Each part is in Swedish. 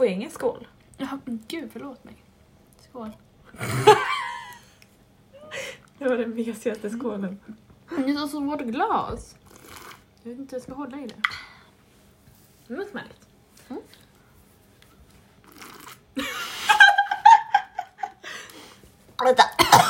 Får jag ingen skål? Ja, gud, förlåt mig. Skål. Det var den mesigaste skålen. Det är så svårt glas. Jag vet inte hur jag ska hålla i det. Det var smäligt. Vänta.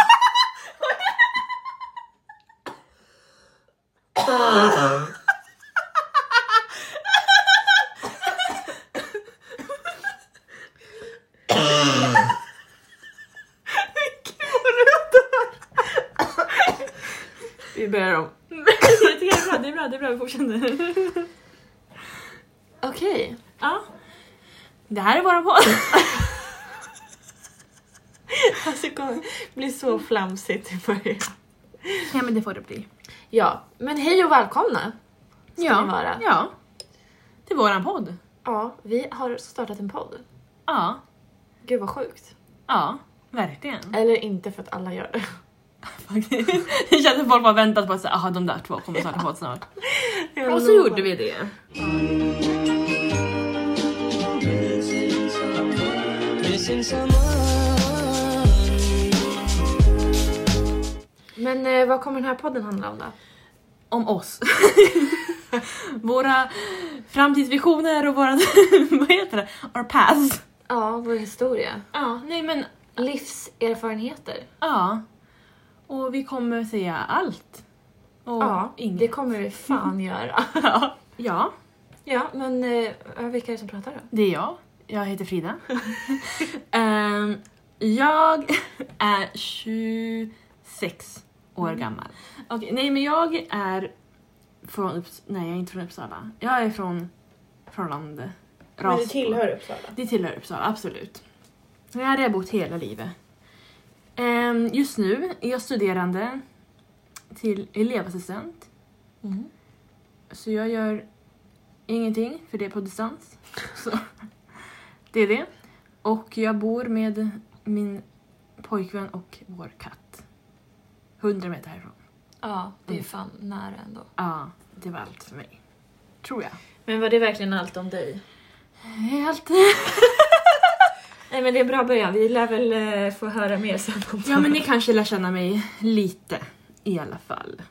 Vi börjar om. Det är bra, vi fortsätter. Okej, ja. Det här är våran podd. Alltså det kommer bli så flamsigt i början. Ja, men det får det bli. Ja, men hej och välkomna. Ska ni vara. Ja. Till våran podd. Ja, vi har startat en podd. Ja. Gud vad sjukt. Ja, verkligen. Eller inte för att alla gör det. Det känns att folk har väntat på att säga, de där två kommer starta podd snart. Och så gjorde vi det. Men vad kommer den här podden handla om då? Om oss. Våra framtidsvisioner och våra vad heter det? Our paths. Ja, vår historia. Ja, nej men Livserfarenheter. ja. Och vi kommer säga allt. Och Ja, inget. det kommer vi fan göra. Ja. Ja, men vilka är det som pratar då? Det är jag. Jag heter Frida. Jag är 26 år gammal. Okej, nej men jag är från nej, jag är inte från Uppsala. Jag är från landet. Men det tillhör Uppsala. Det tillhör Uppsala, absolut. Jag har bott hela livet. Just nu är jag studerande till elevassistent. Mm. Så jag gör ingenting för det är på distans. Så det är det. Och jag bor med min pojkvän och vår katt. 100 meter härifrån. Ja, det är fan nära ändå. Ja, det var allt för mig. Tror jag. Men var det verkligen allt om dig? Helt. Nej, men det är en bra början. Vi lär väl få höra mer sen. Ja, men ni kanske lär känna mig lite i alla fall.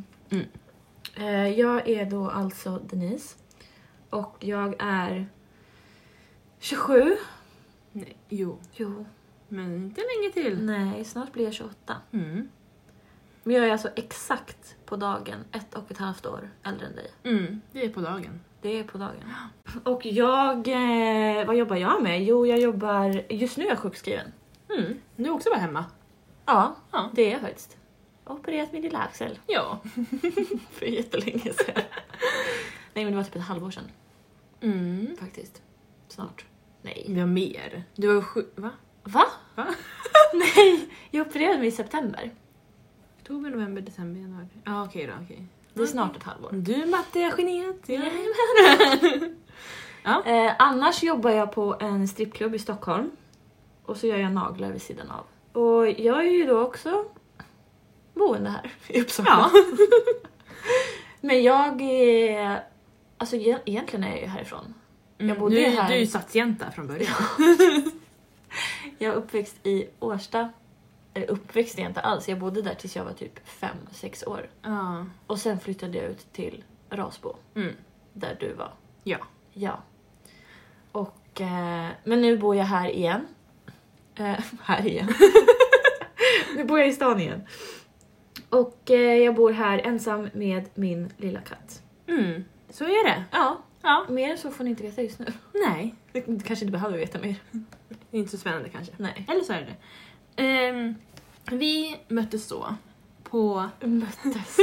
Jag är då alltså Denise. Och jag är 27. Nej, jo. Jo. Men inte länge till. Nej, snart blir jag 28. Mm. Men jag är alltså exakt på dagen 1,5 år äldre än dig. Det är på dagen. Det är på dagen. Och vad jobbar jag med? Jo, just nu är jag sjukskriven. Du också var hemma. Ja, Ja. det är jag faktiskt. Opererat min lilla axel. Ja. För jättelänge sedan. Nej, men det var typ ett halvår sedan. Faktiskt. Snart. Nej. Det var mer. Du var va? Va? Nej, jag opererade mig i september. Oktober, november, december, januari. Ja, okej då, okej. Det är snart ett halvår. Du matte är geniet. Ja. Annars jobbar jag på en strippklubb i Stockholm. Och så gör jag naglar vid sidan av. Och jag är ju då också boende här i Uppsala. Ja. Men jag är... Alltså egentligen är jag ju härifrån. Jag bodde här. Du är ju satsjänta från början. Jag är uppväxt i Årsta. Eller uppväxt är inte alls. Jag bodde där tills jag var typ 5-6 år. Ja. Och sen flyttade jag ut till Rasbo. Där du var. Ja. Ja. Och, men nu bor jag här igen. Här igen. Nu bor jag i stan igen. Och jag bor här ensam med min lilla katt. Så är det. Ja. Ja. Mer än så får ni inte veta just nu. Nej. Du kanske inte behöver veta mer. Det är inte så spännande kanske. Nej. Eller så är det. Vi möttes så på... Möttes.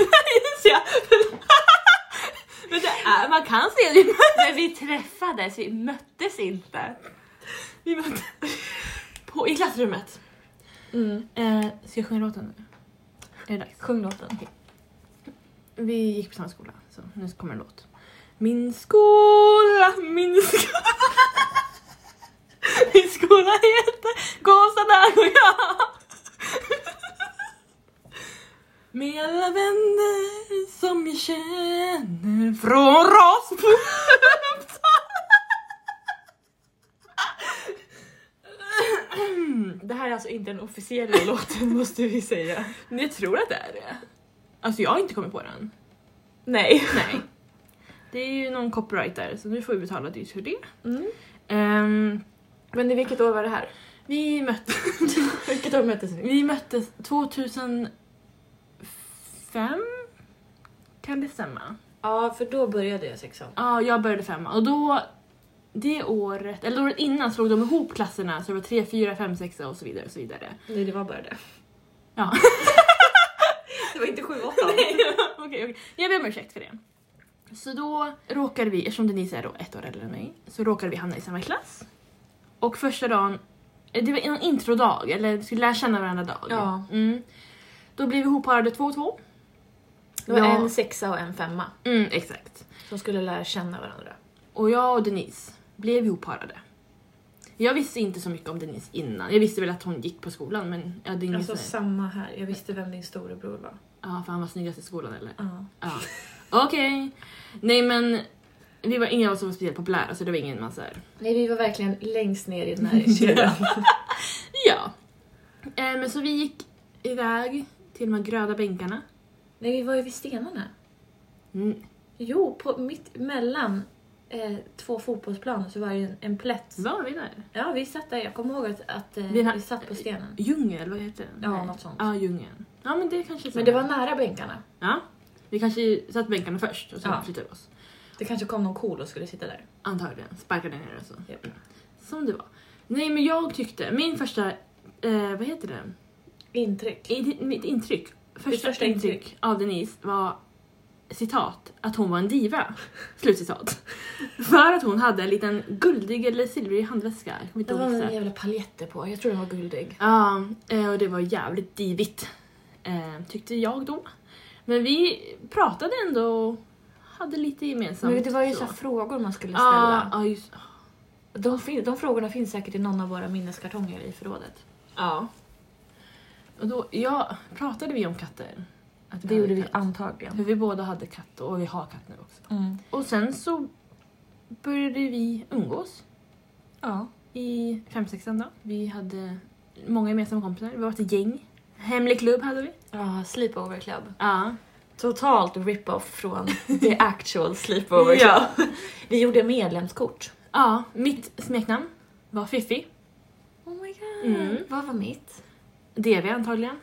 Men det är, man kan se det. Men vi träffades, vi möttes inte. Vi möttes i klassrummet. Ska jag sjunga låten nu? Är det dags? Sjung låten. Okay. Vi gick på samma skola, så nu kommer en låt. Min skola. Min skola heter Gåsa där och jag. Med alla vänner som jag känner från Rasbo. Det här är alltså inte den officiella låten, måste vi säga. Men jag tror att det är det. Alltså jag har inte kommit på den. Nej. Nej. Det är ju någon copyright där, så nu får vi betala dyrt för det. Men i vilket år var det här? Vi möttes... Vilket år möttes vi? Vi möttes 2005. Kan det stämma? Ja, för då började jag 6:an. Ja, jag började 5. Och då... Det året, eller året innan slog de ihop klasserna. Så det var 3, 4, 5, 6 och så vidare och så vidare. Nej, det var bara det. Ja. Det var inte 7, 8. Okej. Jag ber om ursäkt för det. Så då råkade vi, eftersom Denise är då 1 år äldre än mig, så råkade vi hamna i samma klass. Och första dagen, det var en introdag, eller vi skulle lära känna varandra dag. Ja. Då blev vi ihopparade 2 och 2. Det var en 6 och en 5. Exakt. Som skulle lära känna varandra. Och jag och Denise blev ihopparade. Jag visste inte så mycket om Denise innan. Jag visste väl att hon gick på skolan, men jag hade ingen... Alltså samma här. Jag visste vem din storebror var. Ja, för han var snyggast i skolan, eller? Ja. Okej. Nej, men vi var ingen av oss som var speciellt populära, så det var ingen massa här. Nej, vi var verkligen längst ner i den här kedjan. Ja. Men så vi gick iväg till de här gröda bänkarna. Nej, vi var ju vid stenarna. Jo, på mitt mellan 2 fotbollsplaner så var det en plätt. Var vi där? Ja, vi satt där. Jag kommer ihåg att vi satt på stenen. Djungel, vad heter det? Ja, något sånt. Ja, djungeln. Ja, men det kanske... Men det var nära bänkarna. Ja. Vi kanske satt bänkarna först och sen flyttade vi oss. Det kanske kom någon cool och skulle sitta där. Antagligen. Sparkade ner och så. Yep. Som det var. Nej, men jag tyckte... Min första... vad heter det? Intryck. Mitt intryck. Första intryck av Denise var... Citat. Att hon var en diva. Slutcitat. För att hon hade en liten guldig eller silvrig handväska. Det var en jävla paljetter på. Jag tror den var guldig. Ja, och det var jävligt divigt. Tyckte jag då. Men vi pratade ändå och hade lite gemensamt. Men det var ju så frågor man skulle ställa. Ja, just. De frågorna finns säkert i någon av våra minneskartonger i förrådet. Ja. Och då, pratade vi om katter. Det gjorde vi antagligen. För vi båda hade katt och vi har katt nu också. Och sen så började vi umgås. Ja. I 5-6 då. Vi hade många gemensamma kompisar. Vi var ett gäng. Hemlig klubb hade vi. Ja, sleepover club. Ja. Totalt rip-off från the actual sleepover club. Ja. Vi gjorde medlemskort. Ja, mitt smeknamn var Fifi. Oh my god. Vad var mitt? DV antagligen.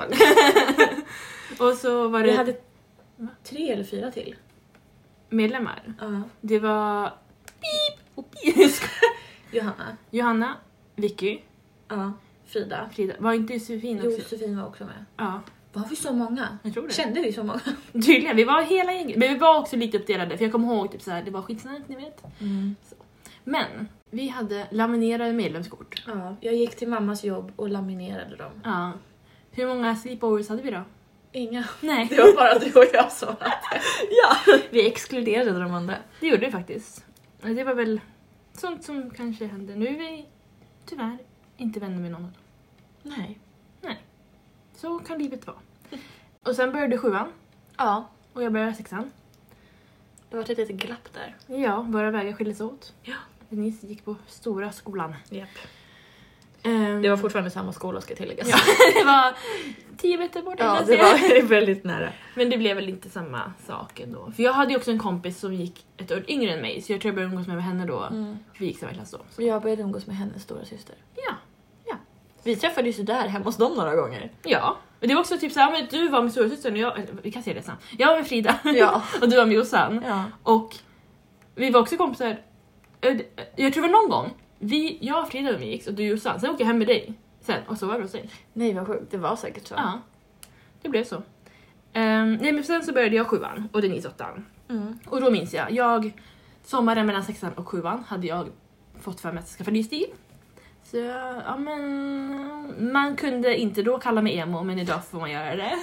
Och så var det... Vi hade 3 eller 4 till. Medlemmar. Ja. Det var... Pip och pip. Johanna. Vicky. Ja. Frida. Var inte Josefin också? Josefin var också med. Ja. Var vi så många? Jag tror det. Kände vi så många? Tydligen, vi var hela gänget. Men vi var också lite uppdelade. För jag kommer ihåg typ så här, det var skitsnällt, ni vet. Så. Men vi hade laminerade medlemskort. Ja, jag gick till mammas jobb och laminerade dem. Ja. Hur många sleepovers hade vi då? Inga. Nej. Det var bara du och jag som hade. Ja. Vi exkluderade de andra. Det gjorde vi faktiskt. Det var väl sånt som kanske hände. Nu är vi tyvärr inte vänner med någon av dem. Nej. Så kan livet vara. Och sen började 7:an. Ja. Och jag började 6:an. Det var ett litet glapp där. Ja, våra vägar skildes åt. Ja. Denise gick på stora skolan. Japp. Det var fortfarande samma skola, ska tilläggas. Ja, det var 10 meter bort. Ja, det var väldigt nära. Men det blev väl inte samma sak ändå. För jag hade ju också en kompis som gick ett år yngre än mig. Så jag tror jag började umgås med henne då. Vi gick samma klass då. Och jag började umgås med hennes stora syster. Ja. Vi träffades ju där hemma hos dem några gånger. Ja. Och det var också typ såhär, men du var med storasystern och jag... Vi kan se det sen. Jag var med Frida. Ja. Och du var med Jossan. Ja. Och vi var också kompisar. Jag tror det var någon gång. Jag och Frida umgicks och du och Jossan. Sen åkte jag hem med dig. Sen, och så var det hos dig. Nej, vad sjukt. Det var säkert så. Ja, det blev så. Nej, men sen så började jag 7:an och Denise 8:an. Och då minns jag sommaren mellan 6:an och 7:an hade jag fått för mig att skaffa ny stil. Så ja, men man kunde inte då kalla mig emo, men idag får man göra det.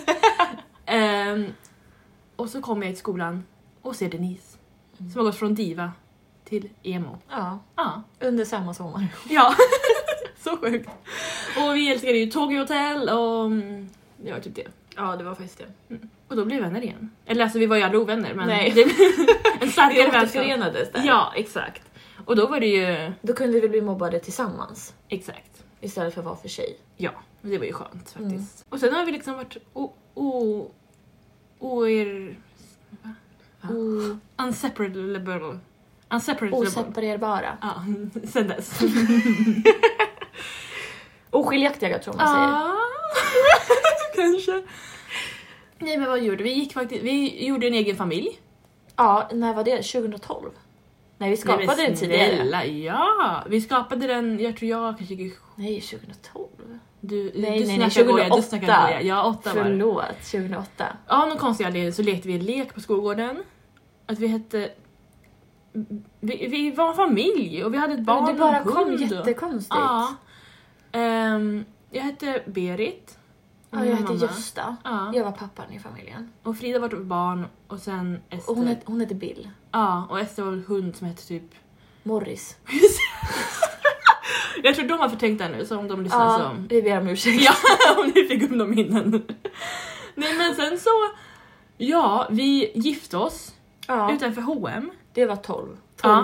Och så kom jag till skolan och ser Denise. Som har gått från diva till emo. Ja. Under samma sommar. Ja. Så sjukt. Och vi älskade ju Tokyo Hotel och det var typ det. Ja, det var faktiskt det. Och då blev vi vänner igen. Eller alltså vi var ju alla ovänner, men nej. En starkare vänskap. Förenades där. Ja, exakt. Och då var det ju... Då kunde vi bli mobbade tillsammans. Exakt. istället för att vara för sig. Ja, det var ju skönt faktiskt. Och sen har vi liksom varit Oseparerbara. Ja, sen dess. Oskiljaktiga tror man säger. Kanske. Nej, men vad gjorde vi? Vi gjorde en egen familj. Ja, när var det? 2012? Nej, vi skapade den tidigare. Ja, vi skapade den, jag tror jag kanske gick... Nej, 2012. Du 2008. Ja, 8 var. Förlåt, 2008. Ja, någon konstig anledning så lekte vi en lek på skolgården. Att vi hette... Vi var en familj och vi hade ett barn. Men det bara och en kom hund. jättekonstigt. Ja. Jag hette Berit. Ja, jag hette Gösta. Ja. Jag var pappan i familjen. Och Frida var ett barn och sen Ester. Och hon hette Bill. Ja, och Ester var en hund som hette typ... Morris. Jag tror de har förtänkt det nu, så om de lyssnar så... vi ber om ursäkt. Ja, om ni fick upp de minnen. Nej, men sen så... Ja, vi gifte oss utanför H&M. Det var 12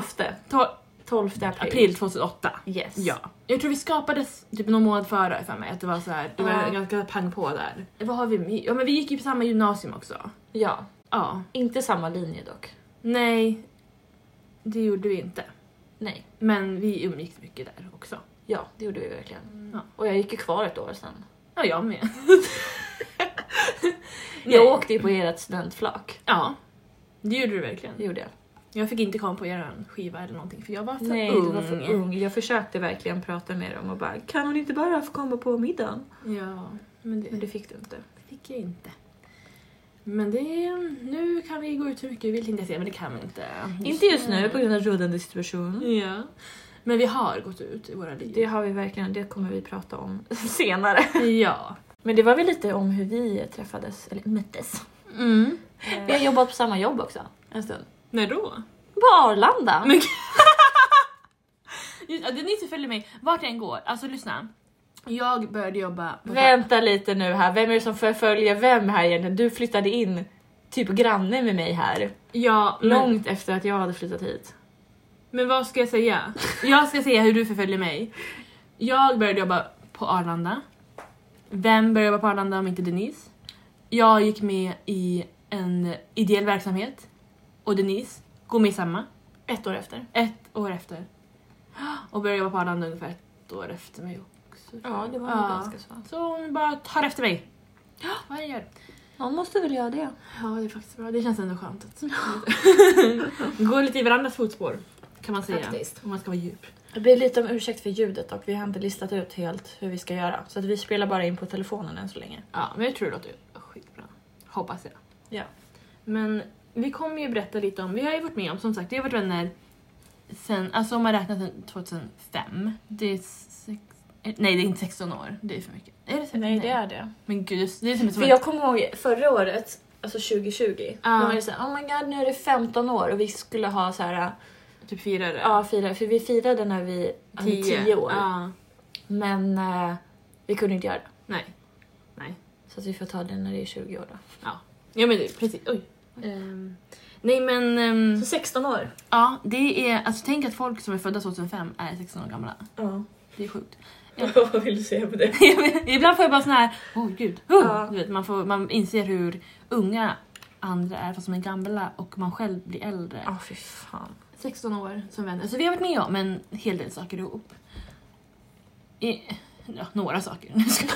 april 2008. Yes. Ja. Jag tror vi skapades typ någon månad före för mig. Att det var så här, det var ganska pang på där. Vad har vi med? Ja, men vi gick ju på samma gymnasium också. Ja. Ja. Inte samma linje dock. Nej, det gjorde vi inte. Nej. Men vi umgicks mycket där också. Ja, det gjorde vi verkligen. Ja. Och jag gick ju kvar ett år sen. Ja, jag med. Jag åkte ju på ert studentflak. Ja, det gjorde du verkligen. Det gjorde jag. Jag fick inte komma på er skiva eller någonting för jag var för ung. Nej, du var för ung. Jag försökte verkligen prata med dem och bara, kan hon inte bara få komma på middagen? Ja, men det fick du inte. Det fick jag inte. Men nu kan vi gå ut hur mycket vi vill, tänkte jag säga, men det kan vi inte. Inte just nu på grund av rådande situation. Ja. Men vi har gått ut i våra liv. Det har vi verkligen, det kommer vi prata om senare. Ja. Men det var väl lite om hur vi träffades, eller möttes. Mm. Vi har jobbat på samma jobb också, en stund. När då? På Arlanda. Men... det är ni som följer mig, vart jag än går. Alltså lyssna. Jag började jobba... Vänta lite nu här, vem är det som förföljer vem här egentligen? Du flyttade in typ granne med mig här. Ja, långt efter att jag hade flyttat hit. Men vad ska jag säga? Jag ska säga hur du förföljer mig. Jag började jobba på Arlanda. Vem började jobba på Arlanda om inte Denise? Jag gick med i en ideell verksamhet. Och Denise går med samma. 1 år efter. 1 år efter. Och började jobba på Arlanda ungefär 1 år efter mig också. Ja, det var ganska så. Så hon bara tar efter mig. Ja, vad jag gör. Någon måste väl göra det. Ja, det är faktiskt bra. Det känns ändå skönt att gå lite i varandras fotspår, kan man säga. Faktiskt. Om man ska vara djup. Det blir lite om ursäkt för ljudet och vi har inte listat ut helt hur vi ska göra. Så att vi spelar bara in på telefonen än så länge. Ja, men jag tror det låter skitbra. Hoppas jag. Ja. Men vi kommer ju berätta lite om, vi har ju varit med om, som sagt, vi har varit vänner sen, alltså om man räknar sen 2005. Det är nej, det är inte 16 år. Det är för mycket. Är det så? Nej, det är det. Men gud, det är som för jag kommer ihåg förra året, alltså 2020. Då var det så här, oh my god, nu är det 15 år och vi skulle ha så här typ firade. Ja, för vi firade när vi hade 10 år. Men vi kunde inte göra det. Nej. Så att vi får ta det när det är 20 år då. Ja, men det, precis. Oj. Nej, men... Så 16 år? Ja, det är... Alltså tänk att folk som är födda 2005 är 16 år gamla. Ja. Det är sjukt. Vad vill du säga på det? Ibland får jag bara sån här... Gud. Du vet, man inser hur unga andra är fast som är gamla och man själv blir äldre. Ja, fy fan. 16 år som vänner. Så vi har varit med om en hel del saker ihop. Några saker.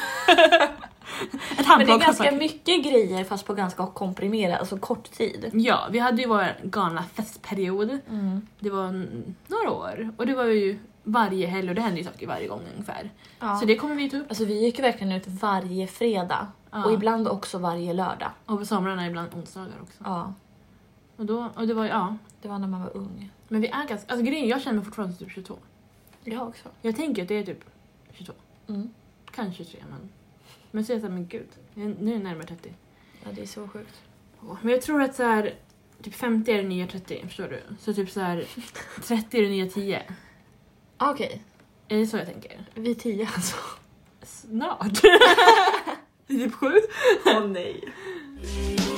Men det är ganska mycket grejer fast på ganska komprimerat, alltså kort tid. Ja, vi hade ju vår galna festperiod. Det var några år. Och det var ju varje helg och det hände ju saker varje gång ungefär. Ja. Så det kommer vi ta upp. Alltså vi gick ju verkligen ut varje fredag. Ja. Och ibland också varje lördag. Och på somrarna ibland onsdagar också. Ja. Och det var, det var när man var ung. Men vi är ganska, alltså grejen, jag känner mig fortfarande typ 22. Jag också. Jag tänker att det är typ 22. Kanske 23, men så är jag såhär, men gud, nu är jag närmare 30. Ja, det är så sjukt. Men jag tror att så här, typ 50 är det nya 30, förstår du? Så typ så här 30 är det nya 10. Okej. Är det så jag tänker? Vi är 10 alltså. Snart. Typ 7. Åh nej.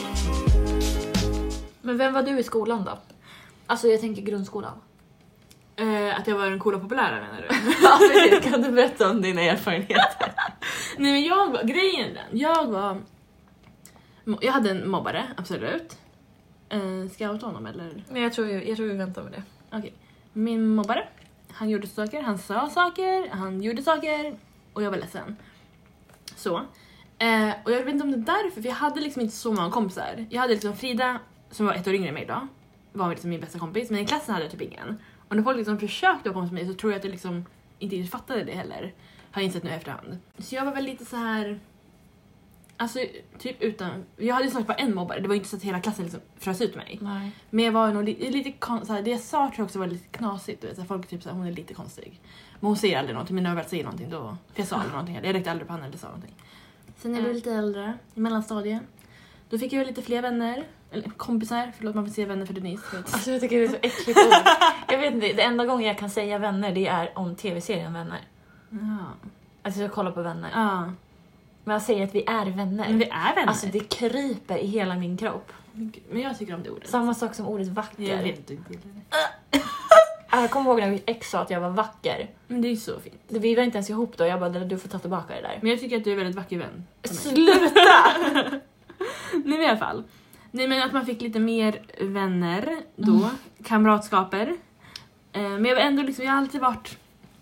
Men vem var du i skolan då? Alltså jag tänker grundskolan. Att jag var den coola populära, menar du? Ja, precis. Kan du berätta om dina erfarenheter? Nej, men grejen den. Jag hade en mobbare, absolut. Ska jag ta honom eller? Men jag tror vi väntar med det. Okej. Min mobbare, han gjorde saker, han sa saker, han gjorde saker och jag var ledsen. Så. Och jag vet inte om det är därför, för jag hade liksom inte så många kompisar. Jag hade liksom Frida, som var 1 år yngre än mig då, var liksom min bästa kompis, men i klassen hade jag typ ingen. Och när folk liksom försökte komma till mig så tror jag att jag liksom inte riktigt fattade det heller. Har jag insett nu efterhand. Så jag var väl lite så här. Alltså typ utan. Jag hade snart bara en mobbare. Det var inte så att hela klassen liksom frös ut mig. Nej. Men jag var nog lite så här, det jag sa tror jag också var lite knasigt. Du vet, så här, folk typ så här, hon är lite konstig. Men hon säger aldrig någonting. Men när jag väl säger någonting då. För jag sa aldrig någonting. Jag räckte aldrig på henne eller sa någonting. Sen när jag blev lite äldre, i mellanstadiet, då fick jag lite fler vänner. Eller kompisar, förlåt man får säga vänner för Denise. Alltså jag tycker det är så äckligt ord. Jag vet inte, det enda gången jag kan säga vänner det är om tv-serien Vänner. Ja. Alltså jag kollar på Vänner. Ja. Men jag säger att vi är vänner. Men vi är vänner. Alltså det kryper i hela min kropp. Men jag tycker om det ordet. Samma sak som ordet vacker. Jag vet inte. Jag kommer ihåg när mitt ex sa att jag var vacker. Men det är ju så fint. Vi var inte ens ihop då. Jag bara, du får ta tillbaka det där. Men jag tycker att du är en väldigt vacker vän. Sluta! Nej, men i alla fall. Nej, men att man fick lite mer vänner då. Kamratskaper. Men jag var ändå liksom, jag har alltid varit.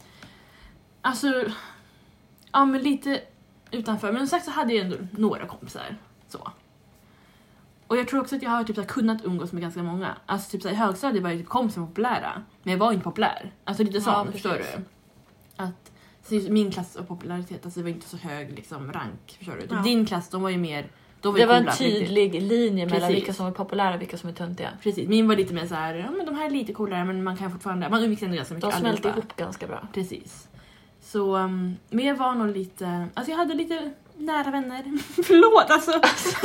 Alltså. Ja, men lite utanför. Men som sagt så hade jag ändå några kompisar. Så. Och jag tror också att jag har typ så här kunnat umgås med ganska många. Alltså typ så här, i högstadiet var jag typ kompisar med populära. Men jag var inte populär. Alltså lite sånt, Ja, förstår du? Att så min klass av popularitet, alltså det var inte så hög liksom rank, förstår du? Ja. Din klass, de var ju mer. Det var en tydlig linje mellan Precis. vilka som är populära och vilka som är töntiga. Precis, min var lite mer så här, ja men de här är lite coolare men man kan fortfarande, man umgicks ändå ganska mycket. De smälte allihopa. ihop ganska bra. Precis. Så, men jag var nog lite, alltså jag hade lite nära vänner. Förlåt alltså.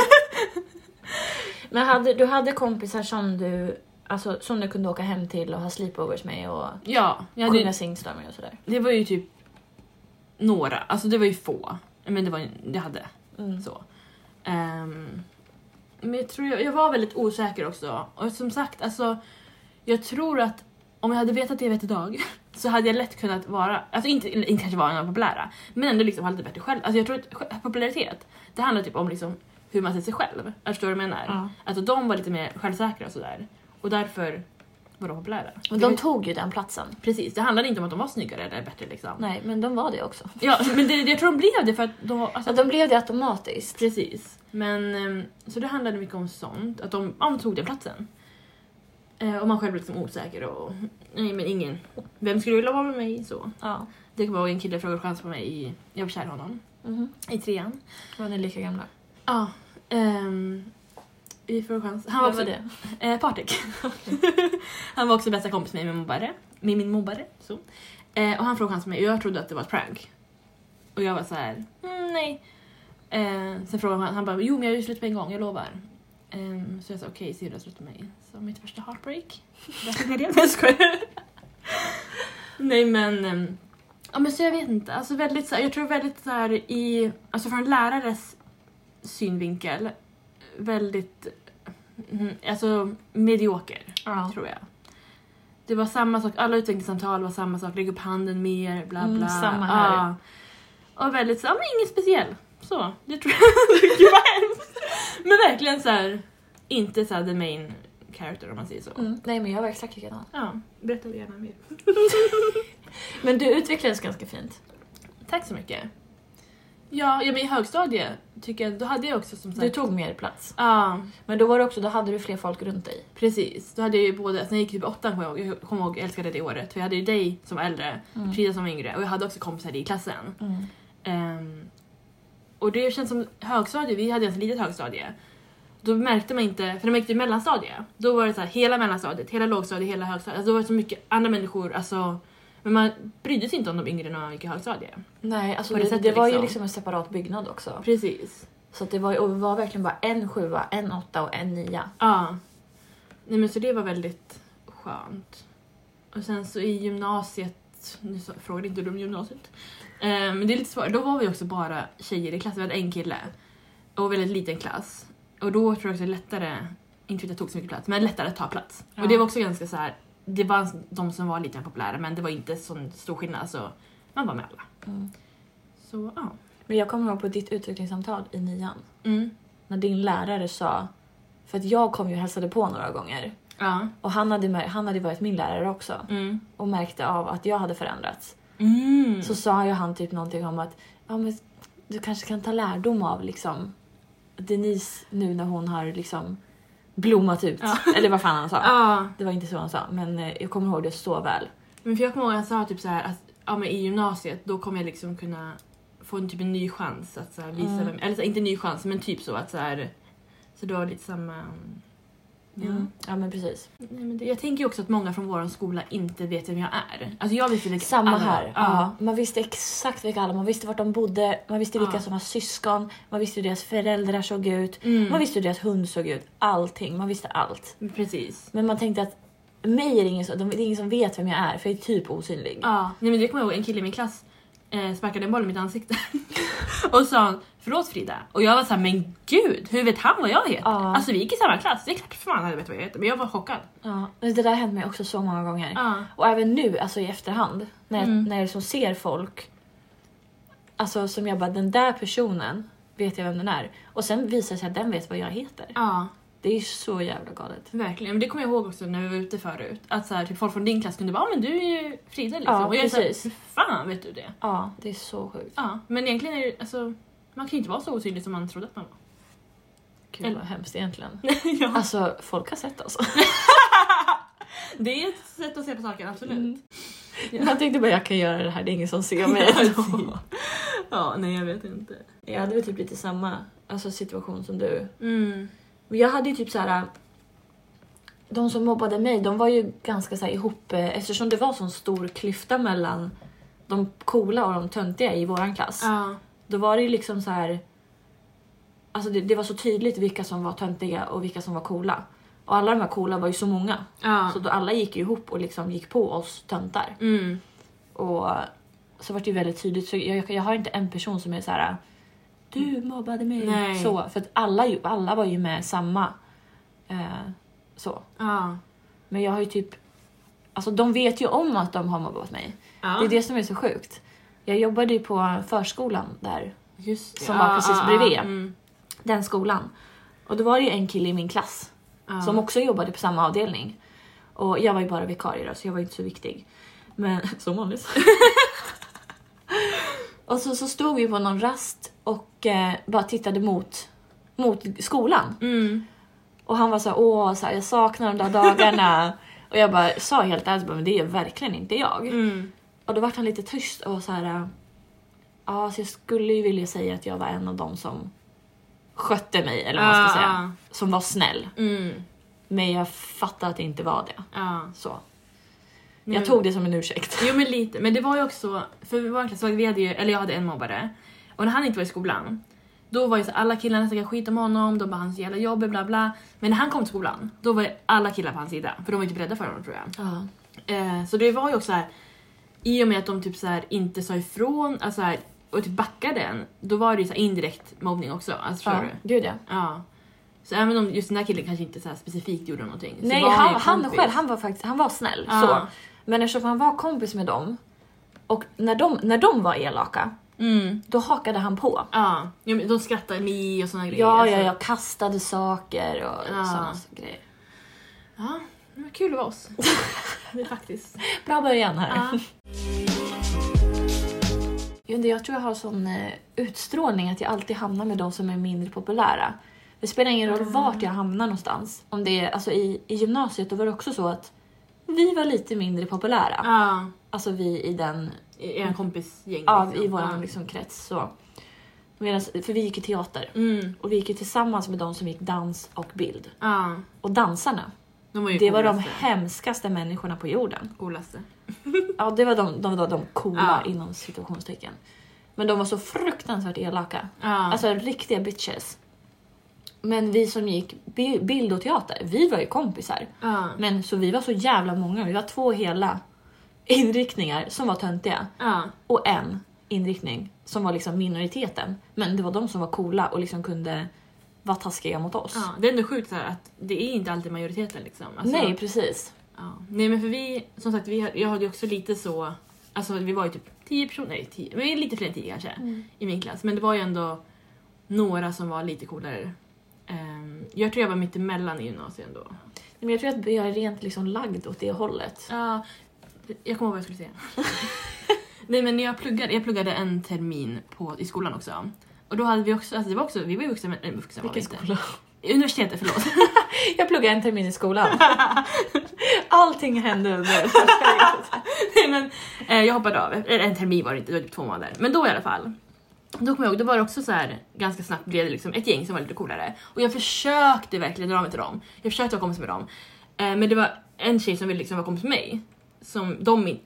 Men du hade kompisar som du kunde åka hem till och ha sleepovers med och Ja, sjunga singstar med och sådär. det var ju typ några, alltså det var ju få. Men det hade så. Men jag tror jag var väldigt osäker också. Och som sagt, alltså jag tror att om jag hade vetat det jag vet idag så hade jag lätt kunnat vara, alltså inte kanske vara en populära, men ändå liksom ha lite bättre själv. Alltså jag tror att popularitet, det handlar typ om liksom hur man ser sig själv. Jag förstår vad jag menar. Ja. Alltså de var lite mer självsäkra och sådär. Och därför var de populära. Och de tog ju den platsen. Precis, det handlade inte om att de var snyggare eller bättre liksom. Nej, men de var det också. Ja, men jag tror de blev det för att de var, alltså, Ja, de blev det automatiskt. precis. Men så det handlade mycket om sånt, att de tog den platsen. Och man själv blev liksom osäker och nej men ingen. Vem skulle vilja vara med mig så? Ja. Det kommer ihåg en kille frågade chans på mig jag var kär i honom. I 3:an. Var ni lika gamla? Ja. Vi får chans. Han var också det? Patrik. Han var också bästa kompis med min mobbare. Så. Och han frågade chans på mig och jag trodde att det var ett prank. Och jag var så här, nej. Sen frågade han bara, jo men jag har ju slut på en gång, jag lovar. Så jag sa okej, ser du har slut med mig. Så mitt första heartbreak. Jag skojar. Nej men ja men så jag vet inte. Alltså väldigt så här, jag tror väldigt så här alltså från lärares synvinkel väldigt alltså medioker tror jag. Det var samma sak, alla utvecklingssamtal var samma sak, lägg upp handen mer, bla bla. Samma här. Och väldigt så, men ingen speciell. Så, det tror jag. Gud vad hemskt. Men verkligen så här, inte så här the main character om man säger så. Nej, men jag var exakt likadan. Ja, berätta gärna mer. Men du utvecklades ganska fint. Tack så mycket. Ja, men i högstadiet tycker jag, då hade jag också som sagt. Du tog mer plats. Ja. Men då var det också, då hade du fler folk runt dig. Precis, då hade jag ju både, sen jag gick typ 8 kommer jag ihåg, jag älskade det året. För jag hade ju dig som äldre, Frida som yngre. Och jag hade också kompisar i klassen. Och det känns som högstadiet, vi hade ett litet högstadie. Då märkte man inte, för när man gick till mellanstadiet, då var det så här, hela mellanstadiet, hela lågstadiet, hela högstadiet. Alltså då var det så mycket andra människor, alltså. Men man brydde sig inte om de yngre när man gick i högstadiet. Nej, alltså det sättet, det var ju liksom. liksom en separat byggnad också. Presis. Så att det var verkligen bara en 7, en 8 och en 9. Ja. Nej men så det var väldigt skönt. Och sen så i gymnasiet, nu frågade inte du om gymnasiet. Men det är lite svårt, då var vi också bara tjejer i klassen, vi hade en kille. Och väldigt liten klass. Och då tror jag också det är lättare, inte för att jag tog så mycket plats, men lättare att ta plats. Ja. Och det var också ganska så här det var de som var lite mer populära, men det var inte så stor skillnad, så man var med alla. Så ja. Men jag kommer ihåg på ditt utvecklingssamtal i 9:an. När din lärare sa, för att jag kom ju och hälsade på några gånger. Ja. Och han hade varit min lärare också. Och märkte av att jag hade förändrats. Så sa ju han typ någonting om att men du kanske kan ta lärdom av liksom Denise nu när hon har liksom blommat ut. Eller vad fan han sa. Det var inte så han sa, men jag kommer ihåg det så väl. Men för jag kommer ihåg att han sa typ så här att men i gymnasiet då kommer jag liksom kunna få en typ en ny chans att så här, visa vem, eller så här, inte en ny chans, men typ så att så här, så det var lite samma. Ja men precis. Nej, men jag tänker ju också att många från vår skola inte vet vem jag är. Alltså jag visste liksom samma alla. här. Ja. Man visste exakt vilka alla, man visste vart de bodde, man visste vilka som var syskon, man visste hur deras föräldrar såg ut, man visste hur deras hund såg ut, allting, man visste allt. Precis. Men man tänkte att mig är det ingen som vet vem jag är, för jag är typ osynlig. Ja, nej, men det kommer jag ihåg, en kille i min klass sparkade en boll i mitt ansikte och sa, förlåt Frida. Och jag var såhär, men gud, hur vet han vad jag heter? Alltså vi gick i samma klass, det är klart för fan han vet vad jag heter. Men jag var chockad. Ja, det där hände mig också så många gånger. Och även nu, alltså i efterhand, när jag liksom ser folk, alltså som jag bara, den där personen vet jag vem den är. Och sen visar det sig att den vet vad jag heter. Det är så jävla galet. Verkligen, men det kommer jag ihåg också när vi var ute förut. Att så här, typ folk från din klass kunde bara, men du är ju Frida liksom. Ja, och jag är precis. så här, hur fan vet du det? Ja, det är så sjukt. Ja, men egentligen är det, alltså, man kan ju inte vara så osynlig som man trodde att man var. Gud vad hemskt egentligen. Ja. Alltså, folk har sett oss. Det är ett sätt att se på saker, absolut. Jag tänkte bara, jag kan göra det här, det är ingen som ser mig. Ja, nej jag vet inte. Jag hade väl typ lite samma situation som du. Men jag hade ju typ så här. De som mobbade mig, de var ju ganska så här ihop, eftersom det var så stor klyfta mellan de coola och de töntiga i våran klass. Då var det ju liksom så här, alltså det var så tydligt vilka som var töntiga och vilka som var coola. Och alla de här coola var ju så många. Så då alla gick ju ihop och liksom gick på oss töntar. Och så var det ju väldigt tydligt, så jag har inte en person som är så här, du mobbade mig. Nej. Så, för att alla var ju med samma så. Men jag har ju typ, alltså de vet ju om att de har mobbat mig. Det är det som är så sjukt. Jag jobbade ju på förskolan där. Just det. Som var precis bredvid den skolan. Och då var det ju en kille i min klass som också jobbade på samma avdelning. Och jag var ju bara vikarie då, så jag var inte så viktig. Men som vanligt. Och så stod vi på någon rast och bara tittade mot skolan. Och han var så här, jag saknar de där dagarna. Och jag bara sa helt ärligt, men det är verkligen inte jag. Och då var han lite tyst och så här, så jag skulle ju vilja säga att jag var en av dem som skötte mig, eller vad man ska säga. Som var snäll. Men jag fattade att det inte var det. Så. Jag tog det som en ursäkt. Jo men lite, men det var ju också, för vår klass, jag hade en mobbare. Och när han inte var i skolan, då var ju så alla killarna som skit om honom, de bara hans jävla jobb, bla bla. Men när han kom till skolan, då var alla killar på hans sida. För de var inte beredda för honom, tror jag. Så det var ju också här, i och med att de typ så här inte sa ifrån, alltså här, och typ backade den, då var det ju så här indirekt mobbning också. Alltså, förstår du? Gud ja. Ja. Så även om just den här killen kanske inte så här specifikt gjorde någonting. Så nej, var han själv, han var snäll. Så. Men eftersom han var kompis med dem, och när de var elaka, då hakade han på. Ja, de skrattade med och såna grejer. Ja, jag kastade saker och såna grejer. Ja, det var kul att vara oss. Det är faktiskt. Bra början här. Jag tror jag har sån utstrålning att jag alltid hamnar med de som är mindre populära. Det spelar ingen roll vart jag hamnar någonstans. Om det är, alltså i gymnasiet, då var det också så att vi var lite mindre populära. Alltså vi i den... I en kompisgäng. Ja, liksom. I vår liksom, krets. Så. För vi gick i teater. Och vi gick tillsammans med de som gick dans och bild. Och dansarna. Det var de hemskaste människorna på jorden. Coolaste. Ja, det var de coola inom situationstecken. Men de var så fruktansvärt elaka. Alltså riktiga bitches. Men vi som gick bild och teater, vi var ju kompisar. Men så vi var så jävla många. Vi var 2 hela inriktningar som var töntiga. Och en inriktning som var liksom minoriteten. Men det var de som var coola och liksom kunde vara taskiga mot oss. Det är ändå sjukt så här att det är inte alltid majoriteten liksom. Alltså, nej, precis. Ja. Nej men för vi, som sagt, jag hade ju också lite så, alltså vi var ju typ 10 personer, nej 10, men lite fler än 10 kanske i min klass. Men det var ju ändå några som var lite coolare. Jag tror jag var mitt emellan i gymnasiet ändå. Men jag tror att jag är rent liksom lagd åt det hållet. Ja, jag kommer ihåg vad jag skulle säga. Nej men jag pluggade en termin i skolan också. Och då hade vi också, alltså det var också, vi var ju vuxna. Vilken skola? Universitetet, förlåt. Jag pluggade en termin i skolan. Allting hände under. Nej men jag hoppade av. En termin var det inte, det var typ 2 månader. Men då i alla fall. Då kommer jag ihåg, då var det också så här, ganska snabbt blev det liksom ett gäng som var lite coolare. Och jag försökte verkligen dra mig till dem. Jag försökte vara kompis med dem. Men det var en tjej som ville liksom vara kompis med mig. Som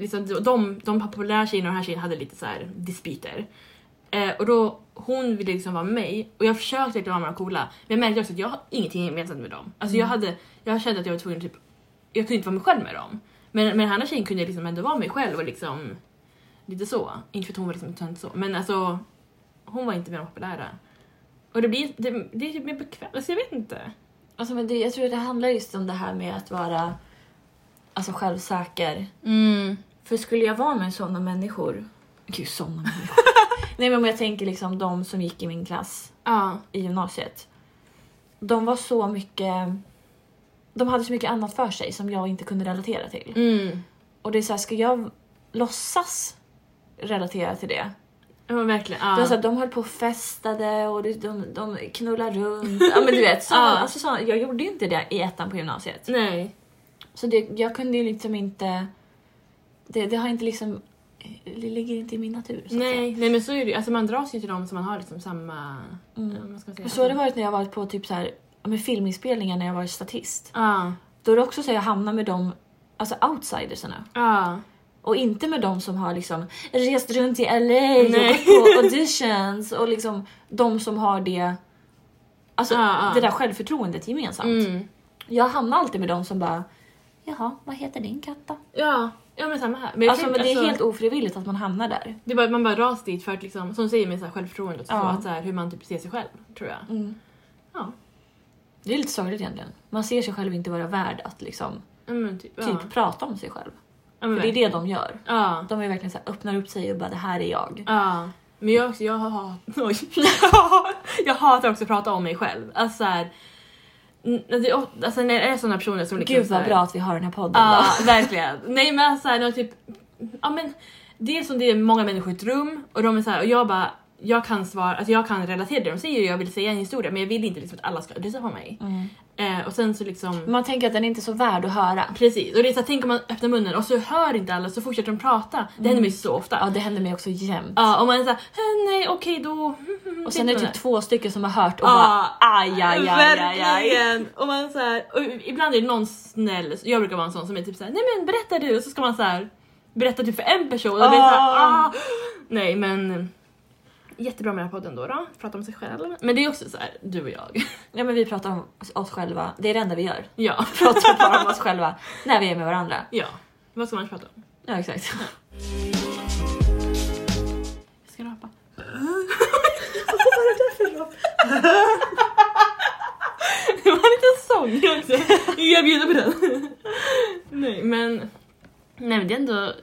de populära tjejerna och den här tjejen hade lite så här dispyter. Och då, hon ville liksom vara med mig. Och jag försökte verkligen vara med de coola. Men jag märkte också att jag har ingenting gemensamt med dem. Alltså jag kände att jag var tvungen typ, jag kunde inte vara mig själv med dem. Men den andra tjejen kunde jag liksom ändå vara mig själv och liksom lite så. Inte för att hon var liksom inte så. Men alltså, hon var inte mer populära. Och det är typ mer bekvämt. Alltså jag vet inte. Alltså men jag tror att det handlar just om det här med att vara alltså självsäker. För skulle jag vara med sådana människor. Gud, sådana människor. Nej men om jag tänker liksom de som gick i min klass i gymnasiet. De var så mycket. De hade så mycket annat för sig som jag inte kunde relatera till. Och det är så här, ska jag låtsas relatera till det? Ja, verkligen. Det var så här, de höll på och festade och de knullar runt. Ja men du vet, så, jag gjorde ju inte det i ettan på gymnasiet. Nej. Så jag kunde ju liksom inte. Det har inte liksom. Det ligger inte i min natur. Nej men så är det. Alltså man dras ju till dem som man har liksom samma. Så har det varit när jag varit på typ så här med filminspelningar när jag var statist. Då är det också så att jag hamnar med dem, alltså outsidersarna. Och inte med dem som har liksom rest runt i LA och gått på auditions och liksom de som har det. Alltså det där självförtroendet gemensamt. Jag hamnar alltid med dem som bara, jaha, vad heter din katt då? Ja men samma här. Men det är helt ofrivilligt att man hamnar där. Det är bara, man bara dras dit för att liksom, som du säger med så här självförtroende och så, att så här, hur man typ ser sig själv, tror jag. Ja. Det är lite sorgligt egentligen. Man ser sig själv inte vara värd att liksom typ prata om sig själv. För det är det de gör. De är verkligen så här, öppnar upp sig och bara, det här är jag. Men jag hatar också att prata om mig själv. Alltså så här, alltså när det är sådana personer som liksom. Gud vad bra att vi har den här podden då. Verkligen. Nej men så här, typ, men det är som det är många människor i ett rum och de är så här, och jag bara, jag kan svara, alltså jag kan relatera det de säger, jag vill säga en historia, men jag vill inte liksom att alla ska lyssna på mig. Och sen så liksom man tänker att den är inte så värd att höra. Precis. Och det är så att tänk om man öppnar munnen och så hör inte alla, så fortsätter de prata. Det händer mig så ofta. Ja, det händer mig också jämt. Ja, och man är så här, nej, okej då. Och sen är det typ 2 stycken som har hört och bara aj. Verkligen. Och man så här, och ibland är det någon snäll, jag brukar vara en sån som är typ så här, nej men berätta du, och så ska man så här berätta typ för en person och det är så här, nej men jättebra med den här podden då. Prata om sig själv. Men det är också så här, du och jag. Ja men vi pratar om oss själva. Det är det enda vi gör. Ja. Pratar bara om oss själva när vi är med varandra. Ja. Vad ska man prata om? Ja exakt. Jag ska rapa. Det var en liten sång också. Jag bjuder på den. Nej men det är ändå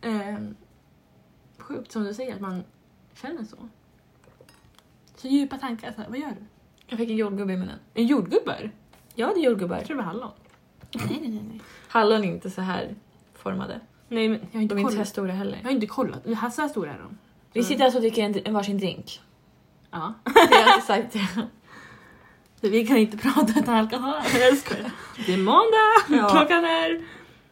sjukt som du säger att man känner så. Så djupa tankar. Alltså, vad gör du? Jag fick en jordgubbe i munnen. En jordgubbar? Ja, det är jordgubbar. Jag tror det var hallon. Nej. Hallon är inte så här formade. Nej, men jag har inte de är kollat. inte så här stora heller. Jag har inte kollat. Så här stora är de. Vi sitter alltså och dricker en varsin drink. Ja. Det har jag inte sagt det. Så vi kan inte prata utan alkohol. Jag skojar. Det är måndag. Ja. Klockan är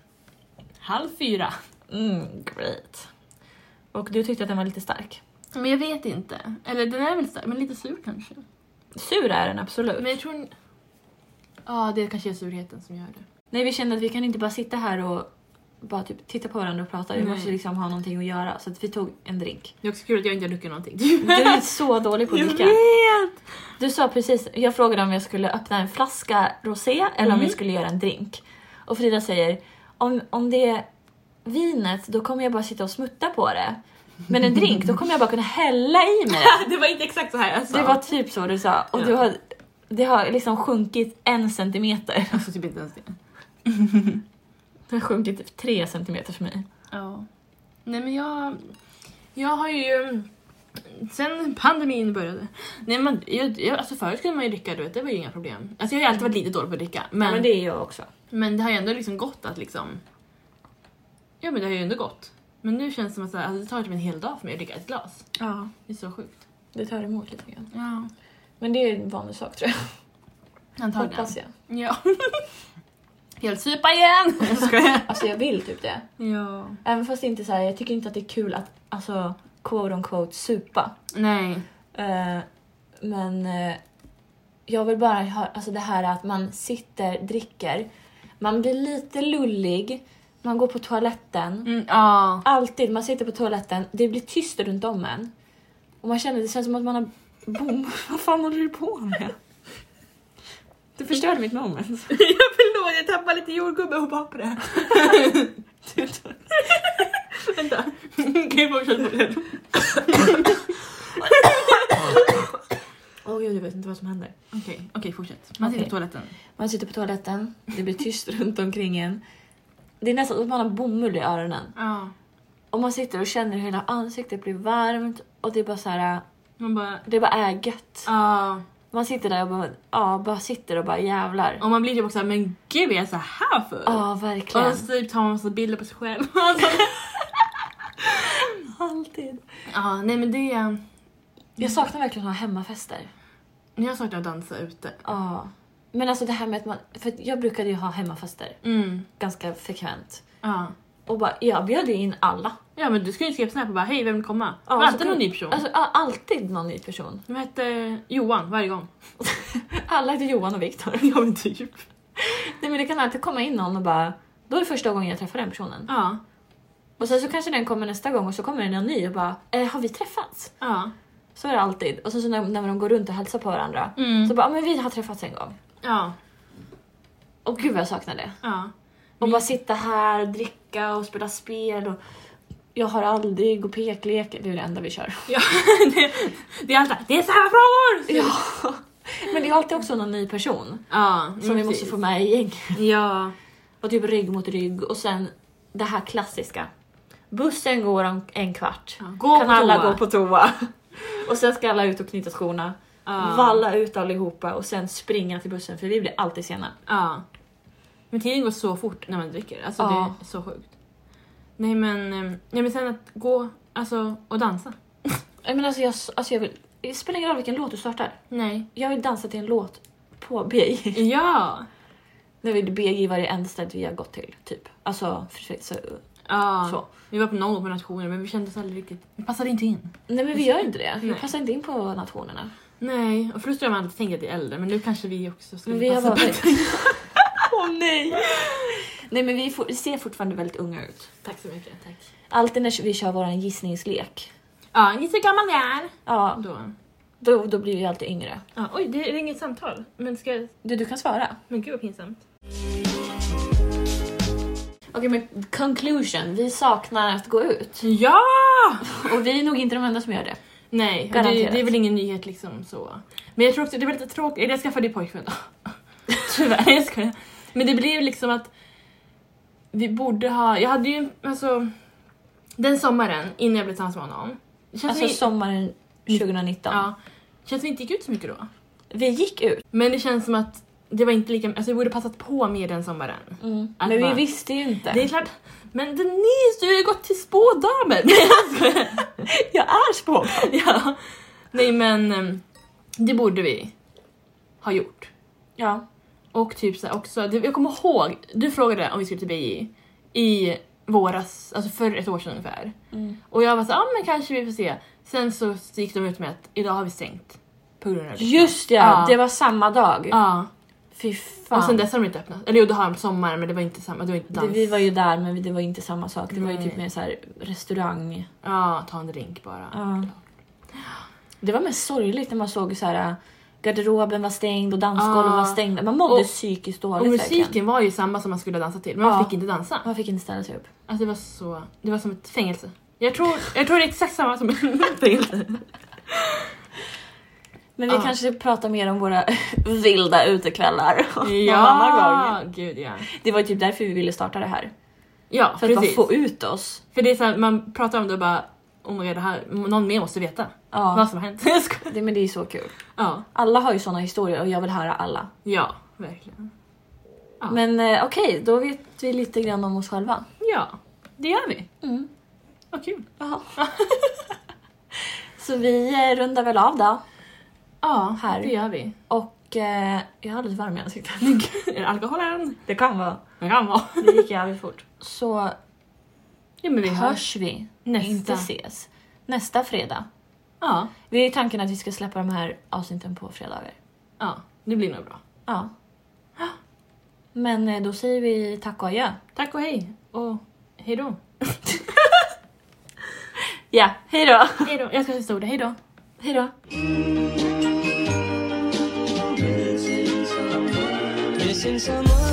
3:30. Great. Och du tyckte att den var lite stark. Men jag vet inte. Eller den är väl stark, men lite sur kanske. Sur är den absolut. Men jag tror... Ja, det kanske är surheten som gör det. Nej, vi kände att vi kan inte bara sitta här och bara typ titta på varandra och prata. Vi måste liksom ha någonting att göra. Så att vi tog en drink. Det är också kul att jag inte har druckit någonting. Du är så dålig på att dricka. Jag vet! Du sa precis, jag frågade om jag skulle öppna en flaska rosé eller om vi skulle göra en drink. Och Frida säger, om det är vinet, då kommer jag bara sitta och smutta på det. Men en drink, då kommer jag bara kunna hälla i mig det. Det var inte exakt så här jag sa. Det var typ så du sa. Och det har liksom sjunkit 1 centimeter. Alltså typ inte ens det. Det har sjunkit 3 centimeter för mig. Ja. Nej men jag har ju sen pandemin började. Nej men alltså förut kunde man ju dricka, du vet, det var ju inga problem. Alltså jag har ju alltid varit lite dålig på att dricka, Men det är jag också. Men det har ju ändå liksom gått att liksom... Ja men det har ju ändå gått. Men nu känns det som att så här, alltså, det tar typ en hel dag för mig att dricka ett glas. Ja, Det är så sjukt. det tar emot lite grann. Ja. Men det är en vanlig sak tror jag. Antagligen. Hoppas jag. Ja. Helt supa igen! Alltså jag vill typ det. Ja. Även fast det inte så här, jag tycker inte att det är kul att alltså quote on quote supa. Nej. Men jag vill bara ha alltså det här att man sitter, dricker, man blir lite lullig, man går på toaletten. Ja. Alltid, man sitter på toaletten, det blir tyst runt om en. Och man känner, det känns som att man har vad fan håller du på med? Du förstörde mitt moment. Jag förlåt, jag tappade lite jordgubbe och bara på det. Vänta. Kan jag fortsätta på det? Åh gud, jag vet inte vad som händer. Okej, fortsätt. Man sitter på toaletten. Man sitter på toaletten, det blir tyst runt omkring en. Det är nästan som att man har bomull i öronen. Ja. Och man sitter och känner hur hela ansiktet blir varmt. Och det är bara så här, Man bara... det bara är gött. Ja. Man sitter där och bara sitter och bara jävlar. Och man blir typ också såhär, men gud, jag är så här för. Ja, verkligen. Och så typ tar man massa bilder på sig själv. Alltid. Ja, nej men det är... Jag saknar verkligen att ha hemmafester. Jag saknar att dansa ute. Ja. Men alltså det här med att man... För jag brukade ju ha hemmafester. Ganska frekvent. Ja. Och bara, jag bjöd in alla. Ja, men du ska ju skriva snabbt och bara, hej, vem vill komma? Ja, var alltid någon ny person. Alltså alltid någon ny person. De hette Johan varje gång. Alla heter Johan och Viktor. Ja, men typ. Nej, men det kan alltid komma in någon och bara... Då är det första gången jag träffar den personen. Ja. Och sen så kanske den kommer nästa gång och så kommer det en ny och bara, har vi träffats? Ja. Så är det alltid. Och så när de går runt och hälsar på varandra. Så bara, men vi har träffats en gång. Ja. Och gud vad jag saknar det. Ja. Och bara sitta här, dricka och spela spel. Och jag har aldrig och peklek. Det är det enda vi kör. Ja, det är alltid, det är samma frågor! Ja. Men det är alltid också någon ny person. Ja. Som vi måste få med i gäng. Ja. Och typ rygg mot rygg. Och sen det här klassiska. Bussen går om 1 kvart. Ja. Gå kan på alla toa. gå på toa. Och sen ska alla ut och knyta skorna. Valla ut allihopa. Och sen springa till bussen. För vi blir alltid sena. Ja. Men tiden går så fort när man dricker. Alltså det är så sjukt. Nej men sen att gå alltså, och dansa. Men alltså jag vill... Det spelar ingen roll vilken låt du startar. Nej. Jag vill dansa till en låt på BJ. Ja. Nu vill BJ varje enda ställe vi har gått till. Typ. Alltså Ja. så. Vi var på någon på nationer men vi kände oss aldrig riktigt. Vi passade inte in. Nej men vi gör inte det. Vi Nej. passar inte in på nationerna. Nej. Och först har man alltid tänkt att det är äldre. Men nu kanske vi också ska Men vi har passa varit... bättre. Åh nej! Nej men vi ser fortfarande väldigt unga ut. Tack så mycket. Tack. Alltid när vi kör våran gissningslek. Ja, ni så gammal jag är. Ja, då blir vi alltid yngre. Ja, oj, det är inget samtal. Men ska jag... Du kan svara. Men gud vad pinsamt. Okej, men conclusion. Vi saknar att gå ut. Ja! Och vi är nog inte de enda som gör det. Nej, Garanterat. det är väl ingen nyhet liksom så. Men jag tror också det var lite tråkigt. Jag skaffade pojkvän då. Tyvärr, jag skojar. Men det blev liksom att vi borde ha... Jag hade ju alltså... Den sommaren innan jag blev tillsammans med honom. Alltså sommaren 2019. Ja. Känns som vi inte gick ut så mycket då. Vi gick ut. Men det känns som att det var inte lika... Alltså vi borde passat på mer den sommaren. Men vi visste ju inte. Det är klart. Men Denise, du har ju gått till spådamer. Jag är spådam. Ja. Nej men det borde vi ha gjort. Ja. Och typ så här också, jag kommer ihåg, du frågade om vi skulle till BJ i våras, alltså för 1 år sedan ungefär. Och jag var så men kanske vi får se. Sen så gick de ut med att idag har vi stängt på grund av det. Just ja, det var samma dag. Ja. Fy fan. Och sen dess har de inte öppnat. Eller jo, det har de på sommaren, men det var inte samma, det var inte dans. Vi var ju där, men det var inte samma sak. Det var ju Nej. typ mer så här restaurang. Ja, ta en drink bara. Ja. Det var mest sorgligt när man såg så här garderoben var stängd och dansgolvet var stängd. Man mådde psykiskt dåligt. Och musiken verkligen. var ju samma som man skulle dansa till, men man fick inte dansa. Man fick inte ställa sig upp. Alltså det var som ett fängelse. Jag tror det är exakt samma som ett fängelse. Men vi kanske pratar mer om våra vilda utekvällar. Ja, gud ja. Det var typ därför vi ville starta det här. Ja, för att bara få ut oss. För det är så här, man pratar om det och bara, oh my God, det här, någon mer måste veta vad som har hänt. Men det är så kul. Ja. Alla har ju såna historier och jag vill höra alla. Ja, verkligen. Ja. Men okej, då vet vi lite grann om oss själva. Ja, det gör vi. Vad kul. Jaha. Så vi rundar väl av då. Ja, här. Det gör vi. Och jag har lite varm i ansiktet. Är det alkoholen? Det kan vara. Det kan vara. Det gick jävligt fort. Så ja, men vi hörs vi. Inte ses. Nästa fredag. Ja. Vi är i tanken att vi ska släppa de här avsnitten på fredagar. Ja, det blir nog bra. Ja. Men då säger vi tack och adjö. Tack och hej. Och hej då. Ja, hej då. Hej då. Jag ska säga hej då. Hej då. Missing someone